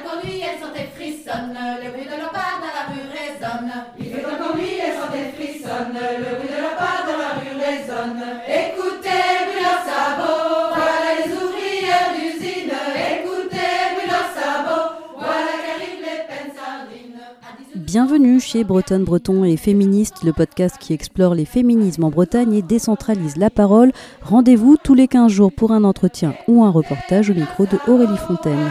conduit, elles sont et frissonnent, le bruit de leurs pas dans la rue résonne. Il fait un conduit, elles sont et frissonnent, le bruit de leurs pas dans la rue résonne. Écoutez, bruit leurs sabots, voilà les ouvrières d'usine. Écoutez, bruit leurs sabots, voilà qu'arrivent les peines sardines. Bienvenue chez Bretonne Breton et Féministes, le podcast qui explore les féminismes en Bretagne et décentralise la parole. Rendez-vous tous les 15 jours pour un entretien ou un reportage au micro de Aurélie Fontaine.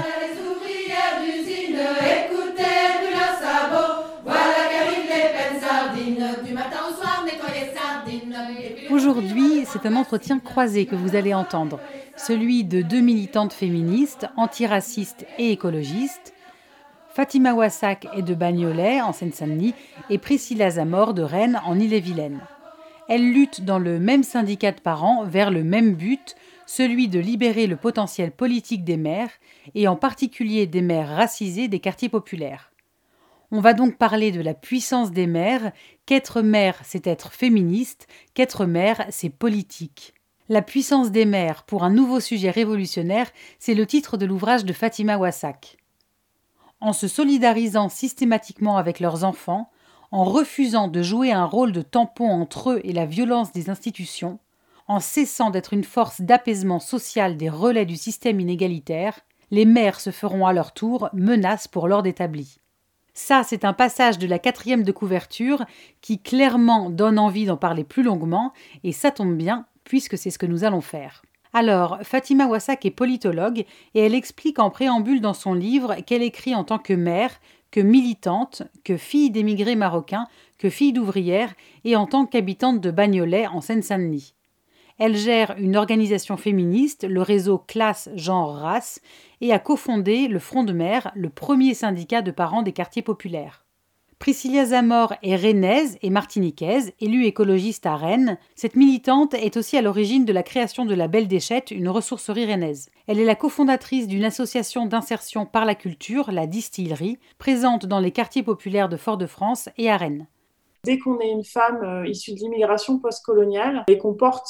Aujourd'hui, c'est un entretien croisé que vous allez entendre, celui de deux militantes féministes, antiracistes et écologistes, Fatima Wassak est de Bagnolet, en Seine-Saint-Denis, et Priscilla Zamor de Rennes, en Ille-et-Vilaine. Elles luttent dans le même syndicat de parents vers le même but, celui de libérer le potentiel politique des mères, et en particulier des mères racisées des quartiers populaires. On va donc parler de la puissance des mères, qu'être mère, c'est être féministe, qu'être mère, c'est politique. La puissance des mères pour un nouveau sujet révolutionnaire, c'est le titre de l'ouvrage de Fatima Wassak. En se solidarisant systématiquement avec leurs enfants, en refusant de jouer un rôle de tampon entre eux et la violence des institutions, en cessant d'être une force d'apaisement social des relais du système inégalitaire, les mères se feront à leur tour menace pour l'ordre établi. Ça, c'est un passage de la 4e de couverture qui clairement donne envie d'en parler plus longuement, et ça tombe bien, puisque c'est ce que nous allons faire. Alors, Fatima Wassak est politologue et elle explique en préambule dans son livre qu'elle écrit en tant que mère, que militante, que fille d'émigrés marocains, que fille d'ouvrière et en tant qu'habitante de Bagnolet en Seine-Saint-Denis. Elle gère une organisation féministe, le réseau Classe, Genre, Race, et a cofondé le Front de Mères, le premier syndicat de parents des quartiers populaires. Priscilla Zamor est rennaise et martiniquaise, élue écologiste à Rennes. Cette militante est aussi à l'origine de la création de la Belle Déchette, une ressourcerie rennaise. Elle est la cofondatrice d'une association d'insertion par la culture, la Distillerie, présente dans les quartiers populaires de Fort-de-France et à Rennes. Dès qu'on est une femme issue de l'immigration postcoloniale et qu'on porte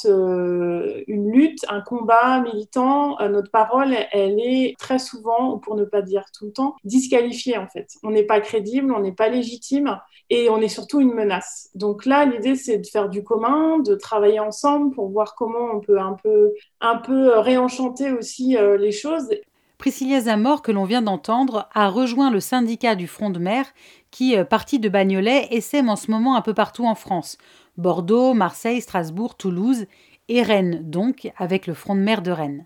une lutte, un combat militant, notre parole, elle est très souvent, pour ne pas dire tout le temps, disqualifiée en fait. On n'est pas crédible, on n'est pas légitime et on est surtout une menace. Donc là, l'idée, c'est de faire du commun, de travailler ensemble pour voir comment on peut un peu réenchanter aussi les choses. Priscilla Zamor, que l'on vient d'entendre, a rejoint le syndicat du Front de Mères qui, parti de Bagnolet, essaime en ce moment un peu partout en France. Bordeaux, Marseille, Strasbourg, Toulouse et Rennes, donc, avec le Front de Mères de Rennes.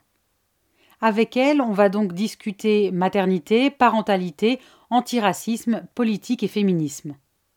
Avec elle, on va donc discuter maternité, parentalité, antiracisme, politique et féminisme.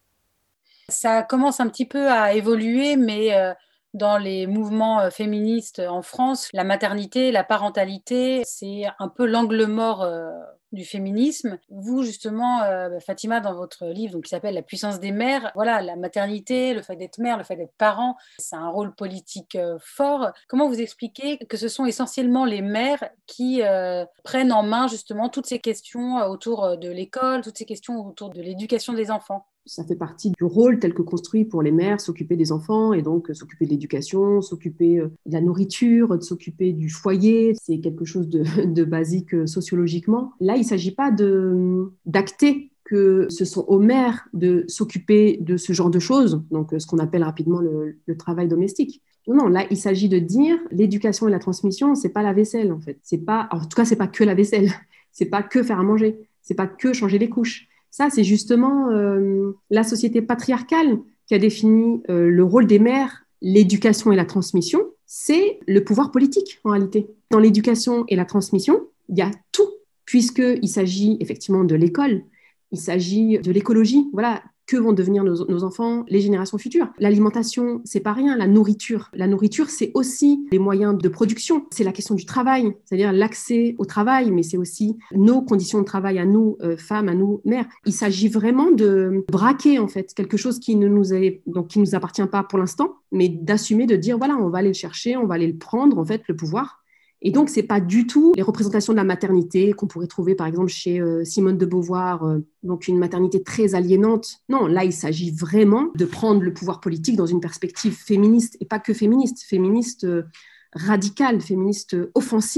Ça commence un petit peu à évoluer, mais dans les mouvements féministes en France, la maternité, la parentalité, c'est un peu l'angle mort du féminisme. Vous, justement, Fatima, dans votre livre qui s'appelle « La puissance des mères », voilà, la maternité, le fait d'être mère, le fait d'être parent, c'est un rôle politique fort. Comment vous expliquez que ce sont essentiellement les mères qui prennent en main, justement, toutes ces questions autour de l'école, toutes ces questions autour de l'éducation des enfants ? Ça fait partie du rôle tel que construit pour les mères, s'occuper des enfants et donc s'occuper de l'éducation, s'occuper de la nourriture, de s'occuper du foyer. C'est quelque chose de basique sociologiquement. Là, il ne s'agit pas d'acter que ce sont aux mères de s'occuper de ce genre de choses, donc ce qu'on appelle rapidement le travail domestique. Non, là, il s'agit de dire l'éducation et la transmission, c'est pas la vaisselle en fait. En tout cas, c'est pas que la vaisselle. C'est pas que faire à manger. C'est pas que changer les couches. Ça, c'est justement la société patriarcale qui a défini le rôle des mères, l'éducation et la transmission. C'est le pouvoir politique, en réalité. Dans l'éducation et la transmission, il y a tout, puisqu'il s'agit effectivement de l'école, il s'agit de l'écologie. Voilà, que vont devenir nos enfants, les générations futures. L'alimentation, c'est pas rien, la nourriture. La nourriture, c'est aussi les moyens de production. C'est la question du travail, c'est-à-dire l'accès au travail, mais c'est aussi nos conditions de travail à nous, femmes, à nous, mères. Il s'agit vraiment de braquer, en fait, quelque chose qui ne nous appartient pas pour l'instant, mais d'assumer, de dire, voilà, on va aller le chercher, on va aller le prendre, en fait, le pouvoir. Et donc, ce n'est pas du tout les représentations de la maternité qu'on pourrait trouver, par exemple, chez Simone de Beauvoir, donc une maternité très aliénante. Non, là, il s'agit vraiment de prendre le pouvoir politique dans une perspective féministe, et pas que féministe radicale, féministe offensive.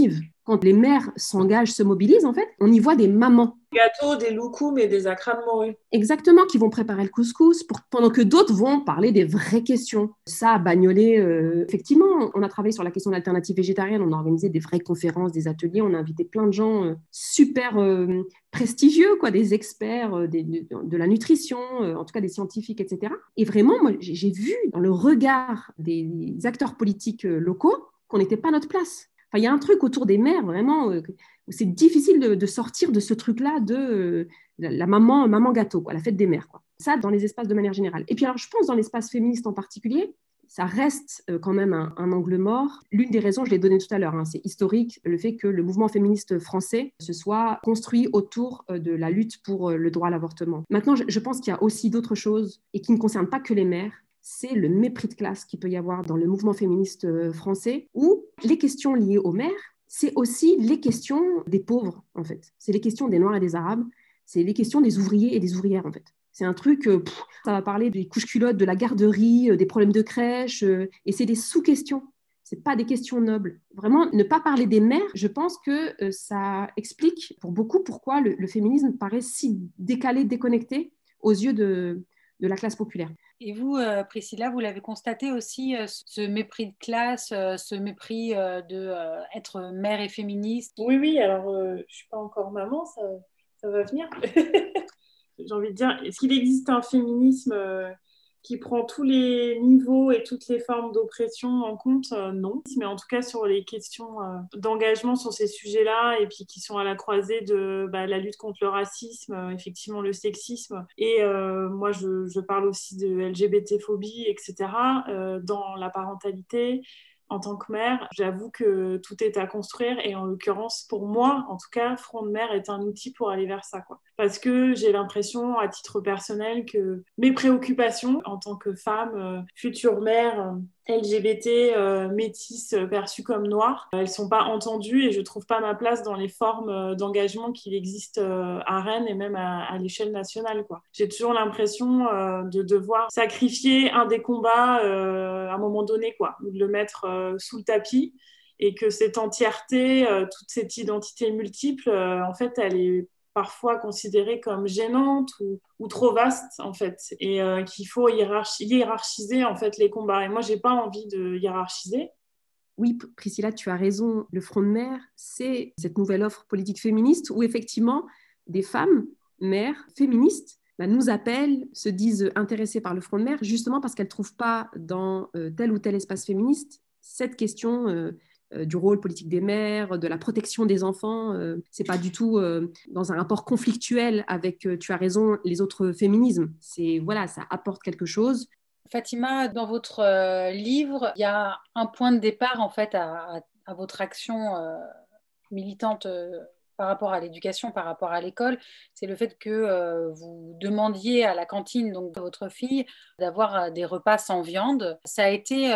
Quand les mères s'engagent, se mobilisent, en fait, on y voit des mamans. Des gâteaux, des loukoums et des acras de morue. Exactement, qui vont préparer le couscous pendant que d'autres vont parler des vraies questions. Ça, à Bagnolet, effectivement, on a travaillé sur la question de l'alternative végétarienne, on a organisé des vraies conférences, des ateliers, on a invité plein de gens super prestigieux, quoi, des experts de la nutrition, en tout cas des scientifiques, etc. Et vraiment, moi, j'ai vu dans le regard des acteurs politiques locaux qu'on n'était pas à notre place. Enfin, il y a un truc autour des mères, vraiment, où c'est difficile de sortir de ce truc-là de la maman gâteau, quoi, la fête des mères, quoi. Ça, dans les espaces de manière générale. Et puis, alors, je pense dans l'espace féministe en particulier, ça reste quand même un angle mort. L'une des raisons, je l'ai donné tout à l'heure, c'est historique, le fait que le mouvement féministe français se soit construit autour de la lutte pour le droit à l'avortement. Maintenant, je pense qu'il y a aussi d'autres choses et qui ne concernent pas que les mères. C'est le mépris de classe qu'il peut y avoir dans le mouvement féministe français, où les questions liées aux mères, c'est aussi les questions des pauvres, en fait. C'est les questions des Noirs et des Arabes, c'est les questions des ouvriers et des ouvrières, en fait. C'est un truc, ça va parler des couches-culottes, de la garderie, des problèmes de crèche, et c'est des sous-questions. Ce n'est pas des questions nobles. Vraiment, ne pas parler des mères, je pense que ça explique pour beaucoup pourquoi le féminisme paraît si décalé, déconnecté aux yeux de la classe populaire. Et vous, Priscilla, vous l'avez constaté aussi, ce mépris de classe, ce mépris d'être mère et féministe? Oui, alors je ne suis pas encore maman, ça va venir. J'ai envie de dire, est-ce qu'il existe un féminisme qui prend tous les niveaux et toutes les formes d'oppression en compte? Non. Mais en tout cas, sur les questions d'engagement sur ces sujets-là, et puis qui sont à la croisée de la lutte contre le racisme, effectivement le sexisme, et moi je parle aussi de LGBT-phobie, etc., dans la parentalité. En tant que mère, j'avoue que tout est à construire et en l'occurrence, pour moi, en tout cas, Front de Mère est un outil pour aller vers ça, quoi. Parce que j'ai l'impression, à titre personnel, que mes préoccupations en tant que femme, future mère, LGBT, métisse, perçue comme noire, elles sont pas entendues et je trouve pas ma place dans les formes d'engagement qu'il existe à Rennes et même à l'échelle nationale, quoi. J'ai toujours l'impression de devoir sacrifier un des combats à un moment donné, quoi, ou de le mettre sous le tapis, et que cette entièreté, toute cette identité multiple, en fait, elle est parfois considérée comme gênante ou trop vaste, en fait, et qu'il faut hiérarchiser, en fait, les combats. Et moi, j'ai pas envie de hiérarchiser. Oui, Priscilla, tu as raison. Le Front de Mère, c'est cette nouvelle offre politique féministe où effectivement, des femmes, mères, féministes, nous appellent, se disent intéressées par le Front de Mère, justement parce qu'elles ne trouvent pas dans tel ou tel espace féministe cette question du rôle politique des mères, de la protection des enfants. Ce n'est pas du tout dans un rapport conflictuel avec, tu as raison, les autres féminismes. Voilà, ça apporte quelque chose. Fatima, dans votre livre, il y a un point de départ en fait à votre action militante par rapport à l'éducation, par rapport à l'école. C'est le fait que vous demandiez à la cantine, donc de votre fille, d'avoir des repas sans viande. Ça a été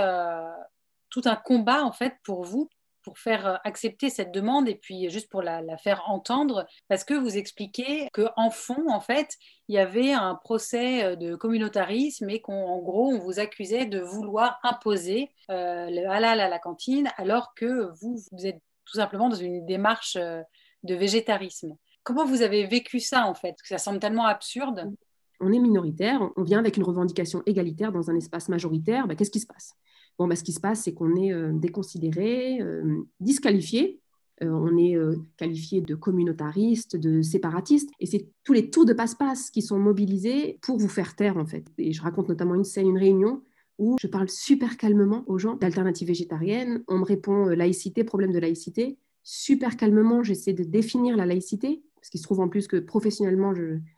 tout un combat en fait pour vous, pour faire accepter cette demande et puis juste pour la faire entendre, parce que vous expliquez qu'en fond, en fait, il y avait un procès de communautarisme et qu'en gros, on vous accusait de vouloir imposer le halal à la cantine, alors que vous êtes tout simplement dans une démarche de végétarisme. Comment vous avez vécu ça, en fait? Parce que ça semble tellement absurde. On est minoritaire, on vient avec une revendication égalitaire dans un espace majoritaire. Qu'est-ce qui se passe? Ce qui se passe, c'est qu'on est déconsidéré, disqualifié. On est qualifié de communautariste, de séparatiste. Et c'est tous les tours de passe-passe qui sont mobilisés pour vous faire taire, en fait. Et je raconte notamment une scène, une réunion, où je parle super calmement aux gens d'alternatives végétariennes. On me répond laïcité, problème de laïcité. Super calmement, j'essaie de définir la laïcité, parce qu'il se trouve en plus que professionnellement,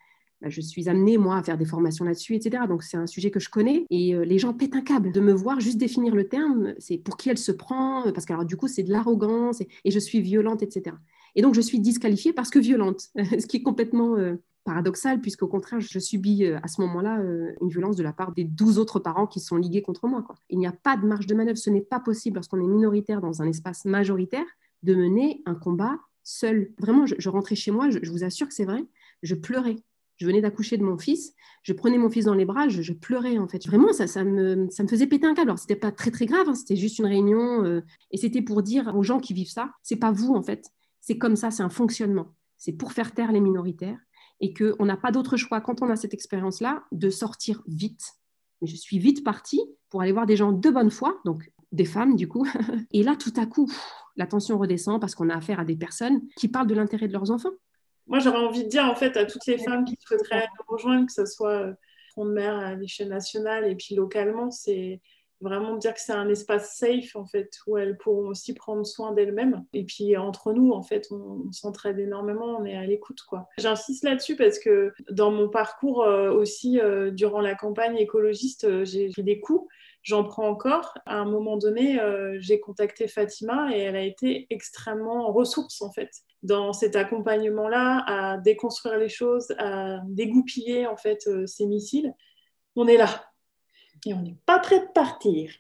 je suis amenée, moi, à faire des formations là-dessus, etc. Donc, c'est un sujet que je connais. Et les gens pètent un câble de me voir juste définir le terme. C'est pour qui elle se prend, parce que alors, du coup, c'est de l'arrogance, et je suis violente, etc. Et donc, je suis disqualifiée parce que violente, ce qui est complètement paradoxal, puisqu'au contraire, je subis à ce moment-là une violence de la part des 12 autres parents qui sont ligués contre moi, quoi. Il n'y a pas de marge de manœuvre. Ce n'est pas possible, lorsqu'on est minoritaire dans un espace majoritaire, de mener un combat seul. Vraiment, je rentrais chez moi, je vous assure que c'est vrai, je pleurais. Je venais d'accoucher de mon fils, je prenais mon fils dans les bras, je pleurais en fait. Vraiment, ça me faisait péter un câble. Alors, c'était pas très très grave, hein, c'était juste une réunion et c'était pour dire aux gens qui vivent ça, c'est pas vous en fait, c'est comme ça, c'est un fonctionnement. C'est pour faire taire les minoritaires et qu'on n'a pas d'autre choix quand on a cette expérience-là de sortir vite. Mais je suis vite partie pour aller voir des gens de bonne foi, donc des femmes du coup. Et là, tout à coup, la tension redescend parce qu'on a affaire à des personnes qui parlent de l'intérêt de leurs enfants. Moi, j'aurais envie de dire en fait à toutes les femmes qui souhaiteraient nous rejoindre, que ce soit Front de Mer à l'échelle nationale et puis localement, c'est vraiment dire que c'est un espace safe en fait où elles pourront aussi prendre soin d'elles-mêmes. Et puis entre nous, en fait, on s'entraide énormément, on est à l'écoute, quoi. J'insiste là-dessus parce que dans mon parcours aussi, durant la campagne écologiste, j'ai pris des coups. J'en prends encore. À un moment donné, j'ai contacté Fatima et elle a été extrêmement ressource en fait dans cet accompagnement-là, à déconstruire les choses, à dégoupiller en fait ces missiles. On est là et on n'est pas prêt de partir.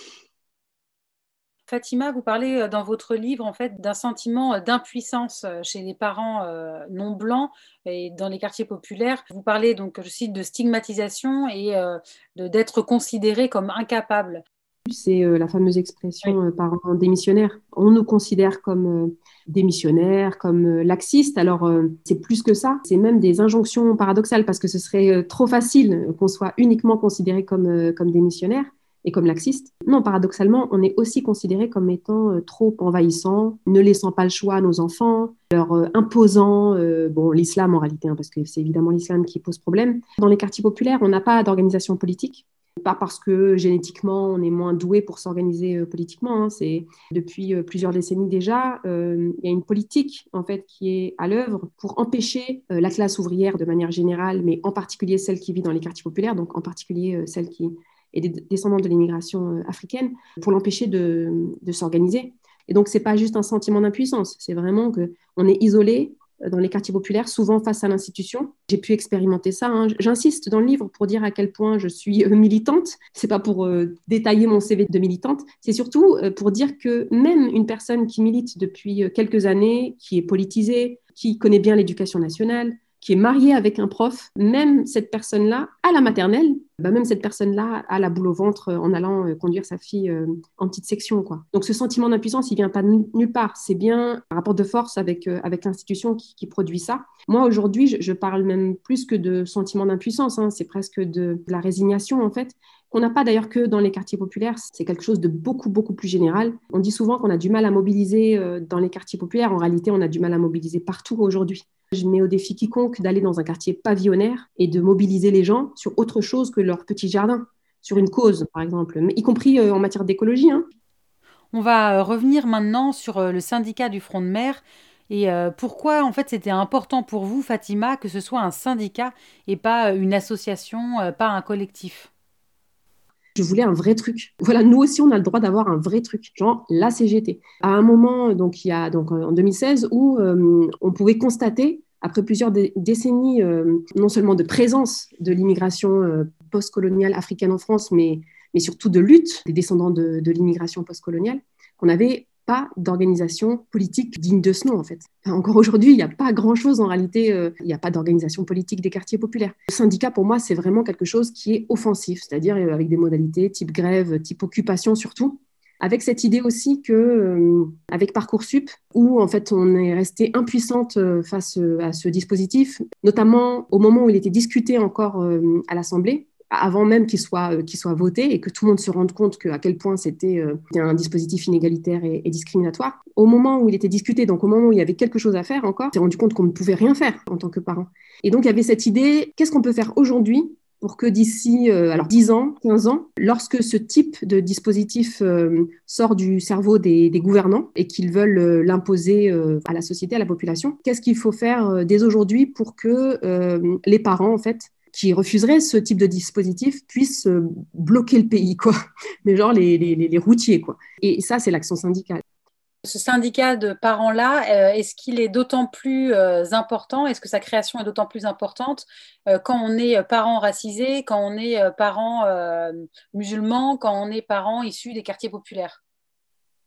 Fatima, vous parlez dans votre livre en fait d'un sentiment d'impuissance chez les parents non blancs et dans les quartiers populaires. Vous parlez donc, je cite, de stigmatisation et d'être considérés comme incapables. C'est la fameuse expression parents démissionnaires. On nous considère comme démissionnaires, comme laxistes. Alors, c'est plus que ça. C'est même des injonctions paradoxales parce que ce serait trop facile qu'on soit uniquement considéré comme démissionnaires et comme laxistes. Non, paradoxalement, on est aussi considéré comme étant trop envahissant, ne laissant pas le choix à nos enfants, leur imposant, l'islam en réalité, hein, parce que c'est évidemment l'islam qui pose problème. Dans les quartiers populaires, on n'a pas d'organisation politique. Pas parce que génétiquement, on est moins doué pour s'organiser politiquement. Hein. C'est depuis plusieurs décennies déjà, il y a une politique en fait qui est à l'œuvre pour empêcher la classe ouvrière de manière générale, mais en particulier celle qui vit dans les quartiers populaires, donc en particulier celle qui est descendante de l'immigration africaine, pour l'empêcher de s'organiser. Et donc, c'est pas juste un sentiment d'impuissance, c'est vraiment qu'on est isolé dans les quartiers populaires, souvent face à l'institution. J'ai pu expérimenter ça. Hein. J'insiste dans le livre pour dire à quel point je suis militante. C'est pas pour détailler mon CV de militante, c'est surtout pour dire que même une personne qui milite depuis quelques années, qui est politisée, qui connaît bien l'éducation nationale, qui est mariée avec un prof, même cette personne-là, à la maternelle, même cette personne-là a la boule au ventre en allant conduire sa fille en petite section, quoi. Donc ce sentiment d'impuissance, il vient pas nulle part. C'est bien un rapport de force avec l'institution qui produit ça. Moi, aujourd'hui, je parle même plus que de sentiment d'impuissance. Hein. C'est presque de la résignation, en fait, qu'on n'a pas d'ailleurs que dans les quartiers populaires. C'est quelque chose de beaucoup, beaucoup plus général. On dit souvent qu'on a du mal à mobiliser dans les quartiers populaires. En réalité, on a du mal à mobiliser partout aujourd'hui. Je mets au défi quiconque d'aller dans un quartier pavillonnaire et de mobiliser les gens sur autre chose que leur petit jardin, sur une cause, par exemple, mais y compris en matière d'écologie. Hein. On va revenir maintenant sur le syndicat du Front de Mer et pourquoi, en fait, c'était important pour vous, Fatima, que ce soit un syndicat et pas une association, pas un collectif. Je voulais un vrai truc. Voilà, nous aussi, on a le droit d'avoir un vrai truc, genre la CGT. À un moment, donc, il y a donc en 2016, où on pouvait constater, après plusieurs décennies, non seulement de présence de l'immigration postcoloniale africaine en France, mais surtout de lutte des descendants de l'immigration postcoloniale, qu'on n'avait pas d'organisation politique digne de ce nom, en fait. Enfin, encore aujourd'hui, il n'y a pas grand-chose, en réalité, il n'y a pas d'organisation politique des quartiers populaires. Le syndicat, pour moi, c'est vraiment quelque chose qui est offensif, c'est-à-dire avec des modalités type grève, type occupation surtout, avec cette idée aussi que, avec Parcoursup, où en fait on est resté impuissante face à ce dispositif, notamment au moment où il était discuté encore à l'Assemblée, avant même qu'il soit voté et que tout le monde se rende compte à quel point c'était un dispositif inégalitaire et discriminatoire. Au moment où il était discuté, donc au moment où il y avait quelque chose à faire encore, on s'est rendu compte qu'on ne pouvait rien faire en tant que parent. Et donc il y avait cette idée, qu'est-ce qu'on peut faire aujourd'hui pour que d'ici 10 ans, 15 ans, lorsque ce type de dispositif sort du cerveau des gouvernants et qu'ils veulent l'imposer à la société, à la population, qu'est-ce qu'il faut faire dès aujourd'hui pour que les parents, en fait, qui refuseraient ce type de dispositif puissent bloquer le pays, quoi. Mais genre les routiers, quoi. Et ça, c'est l'action syndicale. Ce syndicat de parents-là, est-ce qu'il est d'autant plus important, est-ce que sa création est d'autant plus importante quand on est parent racisé, quand on est parent musulman, quand on est parent issu des quartiers populaires?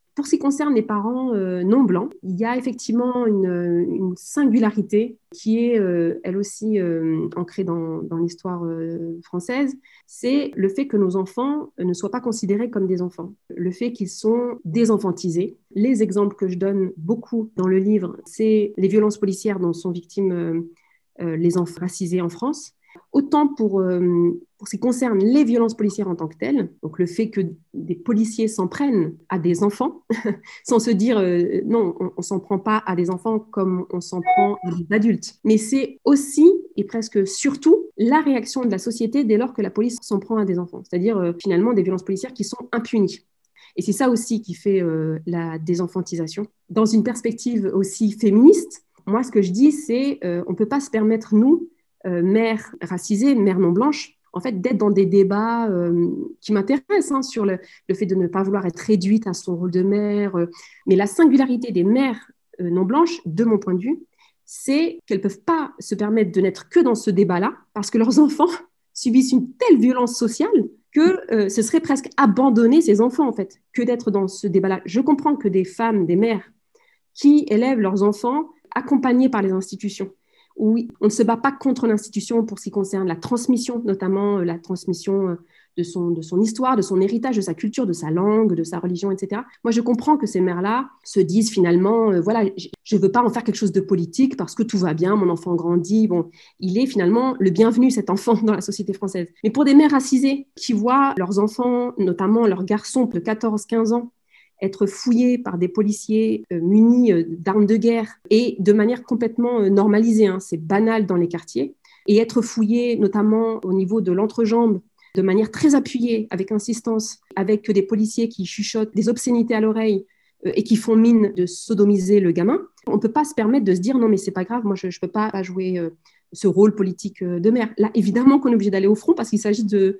Pour ce qui concerne les parents non blancs, il y a effectivement une singularité qui est elle aussi ancrée dans l'histoire française, c'est le fait que nos enfants ne soient pas considérés comme des enfants, le fait qu'ils sont désenfantisés. Les exemples que je donne beaucoup dans le livre, c'est les violences policières dont sont victimes les enfants racisés en France. Autant pour ce qui concerne les violences policières en tant que telles, donc le fait que des policiers s'en prennent à des enfants, sans se dire non, on ne s'en prend pas à des enfants comme on s'en prend à des adultes. Mais c'est aussi, et presque surtout, la réaction de la société dès lors que la police s'en prend à des enfants. C'est-à-dire finalement des violences policières qui sont impunies. Et c'est ça aussi qui fait la désenfantisation. Dans une perspective aussi féministe, moi ce que je dis c'est on ne peut pas se permettre, nous, mères racisées, mères non blanches, en fait, d'être dans des débats qui m'intéressent sur le fait de ne pas vouloir être réduite à son rôle de mère. Mais la singularité des mères non blanches, de mon point de vue, c'est qu'elles ne peuvent pas se permettre de n'être que dans ce débat-là parce que leurs enfants subissent une telle violence sociale que ce serait presque abandonner ces enfants, en fait, que d'être dans ce débat-là. Je comprends que des femmes, des mères qui élèvent leurs enfants accompagnés par les institutions, où on ne se bat pas contre l'institution pour ce qui concerne la transmission, notamment la transmission de son histoire, de son héritage, de sa culture, de sa langue, de sa religion, etc. Moi, je comprends que ces mères-là se disent finalement, voilà, je ne veux pas en faire quelque chose de politique parce que tout va bien, mon enfant grandit. Bon, il est finalement le bienvenu, cet enfant, dans la société française. Mais pour des mères racisées qui voient leurs enfants, notamment leurs garçons de 14-15 ans, être fouillés par des policiers munis d'armes de guerre et de manière complètement normalisée, c'est banal dans les quartiers, et être fouillés notamment au niveau de l'entrejambe de manière très appuyée, avec insistance, avec des policiers qui chuchotent des obscénités à l'oreille et qui font mine de sodomiser le gamin. On ne peut pas se permettre de se dire non mais c'est pas grave, moi je ne peux pas jouer ce rôle politique de mère. Là évidemment qu'on est obligé d'aller au front parce qu'il s'agit de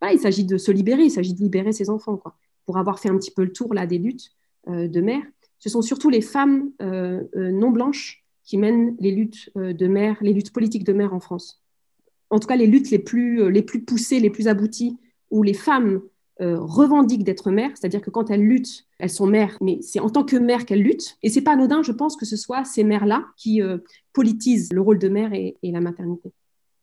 se libérer, il s'agit de libérer ses enfants, quoi. Pour avoir fait un petit peu le tour là, des luttes de mères, ce sont surtout les femmes non blanches qui mènent les luttes de mères, les luttes politiques de mères en France. En tout cas, les luttes les plus poussées, les plus abouties, où les femmes revendiquent d'être mères, c'est-à-dire que quand elles luttent, elles sont mères, mais c'est en tant que mères qu'elles luttent. Et c'est pas anodin, je pense, que ce soit ces mères-là qui politisent le rôle de mère et la maternité.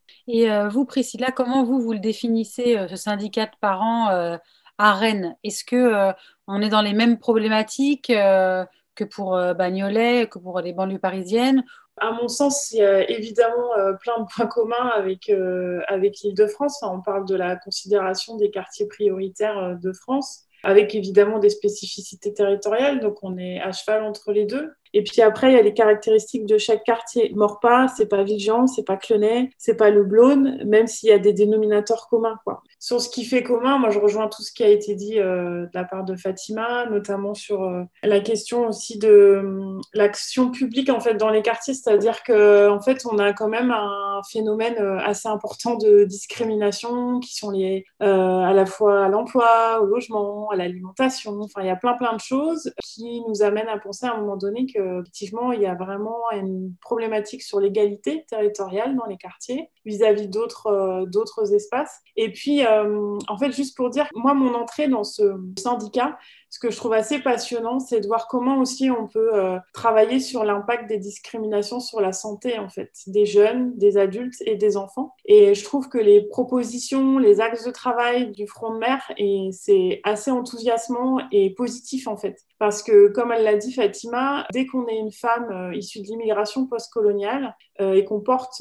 Et vous, Priscilla, comment vous le définissez, ce syndicat de parents à Rennes? Est-ce que on est dans les mêmes problématiques que pour Bagnolet, que pour les banlieues parisiennes? À mon sens, il y a évidemment plein de points communs avec l'Île-de-France. On parle de la considération des quartiers prioritaires de France, avec évidemment des spécificités territoriales. Donc, on est à cheval entre les deux. Et puis après, il y a les caractéristiques de chaque quartier. Maurepas, c'est pas Vigan, c'est pas Clenay, c'est pas Le Blône, même s'il y a des dénominateurs communs, quoi. Sur ce qui fait commun, moi je rejoins tout ce qui a été dit de la part de Fatima, notamment sur la question aussi de l'action publique en fait dans les quartiers, c'est-à-dire que en fait on a quand même un phénomène assez important de discrimination qui sont liés à la fois à l'emploi, au logement, à l'alimentation. Enfin, il y a plein de choses qui nous amènent à penser à un moment donné qu'effectivement il y a vraiment une problématique sur l'égalité territoriale dans les quartiers vis-à-vis d'autres espaces. Et puis, en fait, juste pour dire, moi, mon entrée dans ce syndicat, ce que je trouve assez passionnant, c'est de voir comment aussi on peut travailler sur l'impact des discriminations sur la santé, en fait, des jeunes, des adultes et des enfants. Et je trouve que les propositions, les axes de travail du Front de Mer, et c'est assez enthousiasmant et positif, en fait. Parce que, comme elle l'a dit, Fatima, dès qu'on est une femme issue de l'immigration postcoloniale et qu'on porte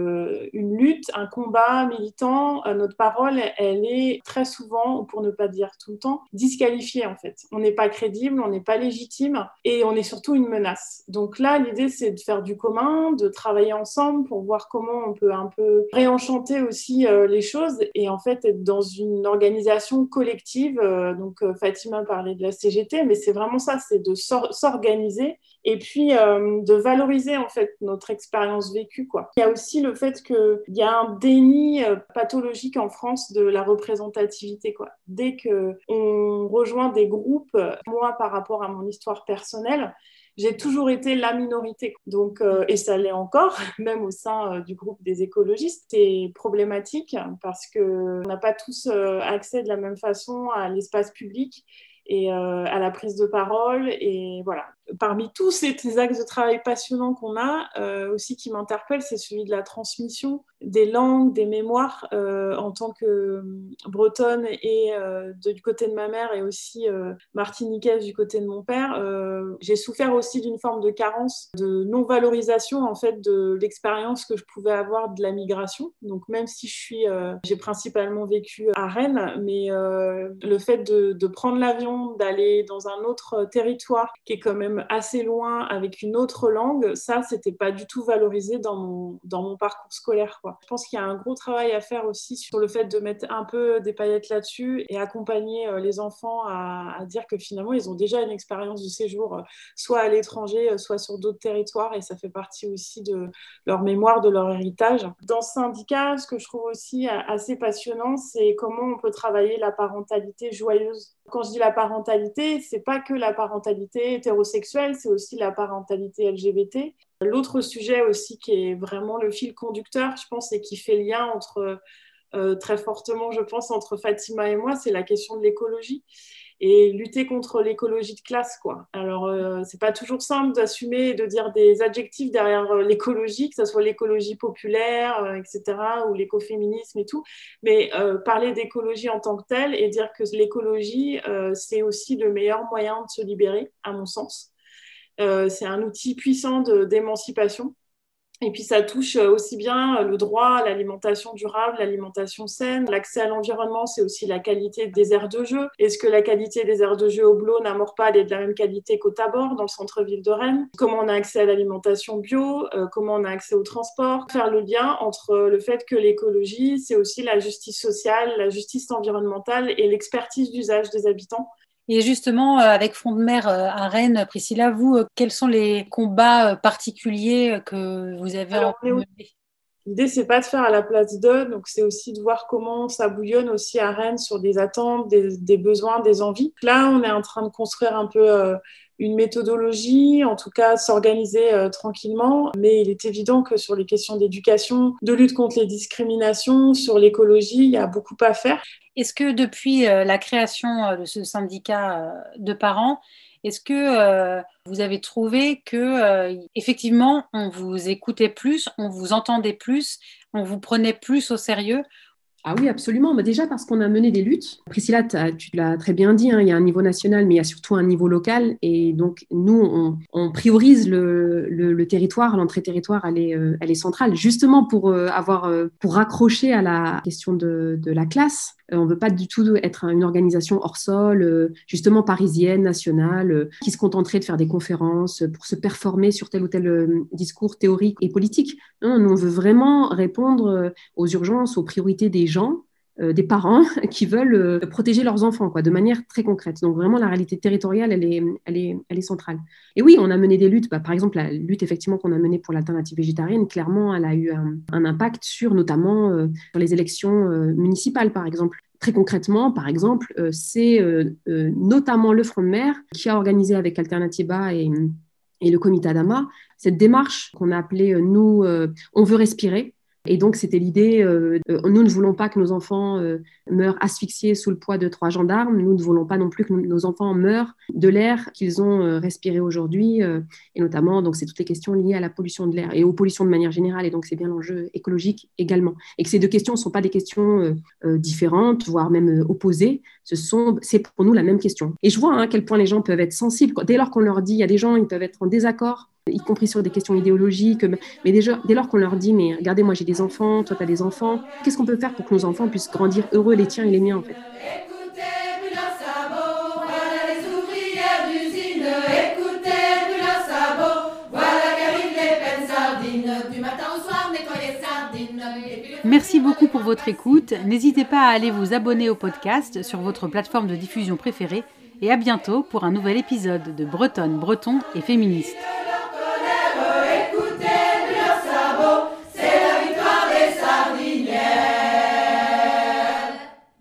une lutte, un combat militant, notre parole, elle est très souvent, ou pour ne pas dire tout le temps, disqualifiée, en fait. On n'est pas crédible, on n'est pas légitime et on est surtout une menace. Donc là, l'idée, c'est de faire du commun, de travailler ensemble pour voir comment on peut un peu réenchanter aussi les choses et en fait être dans une organisation collective. Donc Fatima parlait de la CGT, mais c'est vraiment ça, c'est de s'organiser et puis de valoriser en fait notre expérience vécue, quoi. Il y a aussi le fait qu'il y a un déni pathologique en France de la représentativité, quoi. Dès qu'on rejoint des groupes, moi par rapport à mon histoire personnelle, j'ai toujours été la minorité. Donc, et ça l'est encore, même au sein du groupe des écologistes. C'est problématique parce qu'on n'a pas tous accès de la même façon à l'espace public. et à la prise de parole. Et voilà. Parmi tous ces axes de travail passionnants qu'on a, aussi qui m'interpelle, c'est celui de la transmission des langues, des mémoires. En tant que bretonne et du côté de ma mère et aussi martiniquaise du côté de mon père, j'ai souffert aussi d'une forme de carence, de non-valorisation en fait de l'expérience que je pouvais avoir de la migration. Donc même si j'ai principalement vécu à Rennes, mais le fait de prendre l'avion, d'aller dans un autre territoire qui est quand même assez loin avec une autre langue, ça c'était pas du tout valorisé dans mon parcours scolaire, quoi. Je pense qu'il y a un gros travail à faire aussi sur le fait de mettre un peu des paillettes là-dessus et accompagner les enfants à dire que finalement ils ont déjà une expérience de séjour soit à l'étranger, soit sur d'autres territoires, et ça fait partie aussi de leur mémoire, de leur héritage. Dans ce syndicat, ce que je trouve aussi assez passionnant, c'est comment on peut travailler la parentalité joyeuse. Quand je dis la parentalité, c'est pas que la parentalité hétérosexuelle, c'est aussi la parentalité LGBT. L'autre sujet aussi qui est vraiment le fil conducteur, je pense, et qui fait lien très fortement, je pense, entre Fatima et moi, c'est la question de l'écologie et lutter contre l'écologie de classe, quoi. Alors, c'est pas toujours simple d'assumer et de dire des adjectifs derrière l'écologie, que ce soit l'écologie populaire, etc., ou l'écoféminisme et tout, mais parler d'écologie en tant que telle et dire que l'écologie, c'est aussi le meilleur moyen de se libérer, à mon sens. C'est un outil puissant d'émancipation. Et puis ça touche aussi bien le droit à l'alimentation durable, l'alimentation saine. L'accès à l'environnement, c'est aussi la qualité des aires de jeu. Est-ce que la qualité des aires de jeu au Blot, à Morpal est de la même qualité qu'au Tabor, dans le centre-ville de Rennes? Comment on a accès à l'alimentation bio? Comment on a accès au transport? Faire le lien entre le fait que l'écologie, c'est aussi la justice sociale, la justice environnementale et l'expertise d'usage des habitants. Et justement, avec Front de Mer à Rennes, Priscilla, vous, quels sont les combats particuliers que vous avez menés? L'idée, c'est pas de faire à la place d'eux, donc c'est aussi de voir comment ça bouillonne aussi à Rennes sur des attentes, des besoins, des envies. Là, on est en train de construire un peu une méthodologie, en tout cas s'organiser tranquillement, mais il est évident que sur les questions d'éducation, de lutte contre les discriminations, sur l'écologie, il y a beaucoup à faire. Est-ce que depuis la création de ce syndicat de parents, est-ce que vous avez trouvé que effectivement on vous écoutait plus, on vous entendait plus, on vous prenait plus au sérieux? Ah oui, absolument. Bah déjà parce qu'on a mené des luttes. Priscilla, tu l'as très bien dit, hein, il y a un niveau national, mais il y a surtout un niveau local. Et donc, nous, on priorise le territoire. L'entrée territoire, elle est centrale, justement pour raccrocher à la question de la classe. On ne veut pas du tout être une organisation hors sol, justement parisienne, nationale, qui se contenterait de faire des conférences pour se performer sur tel ou tel discours théorique et politique. Non, nous, on veut vraiment répondre aux urgences, aux priorités des gens, des parents qui veulent protéger leurs enfants, quoi, de manière très concrète. Donc vraiment, la réalité territoriale, elle est centrale. Et oui, on a mené des luttes. Par exemple, la lutte effectivement qu'on a menée pour l'alternative végétarienne, clairement, elle a eu un impact notamment sur les élections municipales, par exemple. Très concrètement, par exemple, c'est notamment le Front de Mer qui a organisé avec Alternatiba et le Comité Adama cette démarche qu'on a appelée « Nous, on veut respirer ». Et donc, c'était l'idée, nous ne voulons pas que nos enfants meurent asphyxiés sous le poids de 3 gendarmes. Nous ne voulons pas non plus que nos enfants meurent de l'air qu'ils ont respiré aujourd'hui. Et notamment, donc, c'est toutes les questions liées à la pollution de l'air et aux pollutions de manière générale. Et donc, c'est bien l'enjeu écologique également. Et que ces deux questions ne sont pas des questions différentes, voire même opposées. C'est pour nous la même question. Et je vois à quel point les gens peuvent être sensibles. Dès lors qu'on leur dit, il y a des gens, ils peuvent être en désaccord, y compris sur des questions idéologiques, mais déjà, dès lors qu'on leur dit, mais regardez, moi j'ai des enfants, toi tu as des enfants, qu'est-ce qu'on peut faire pour que nos enfants puissent grandir heureux, les tiens et les miens en fait? Écoutez, brûle leurs sabots, voilà les ouvrières d'usine. Écoutez, brûle leurs sabots, voilà qu'arrivent les peines sardines. Du matin au soir, nettoyer sardines. Merci beaucoup pour votre écoute. N'hésitez pas à aller vous abonner au podcast sur votre plateforme de diffusion préférée. Et à bientôt pour un nouvel épisode de Bretonne, Breton et Féministe.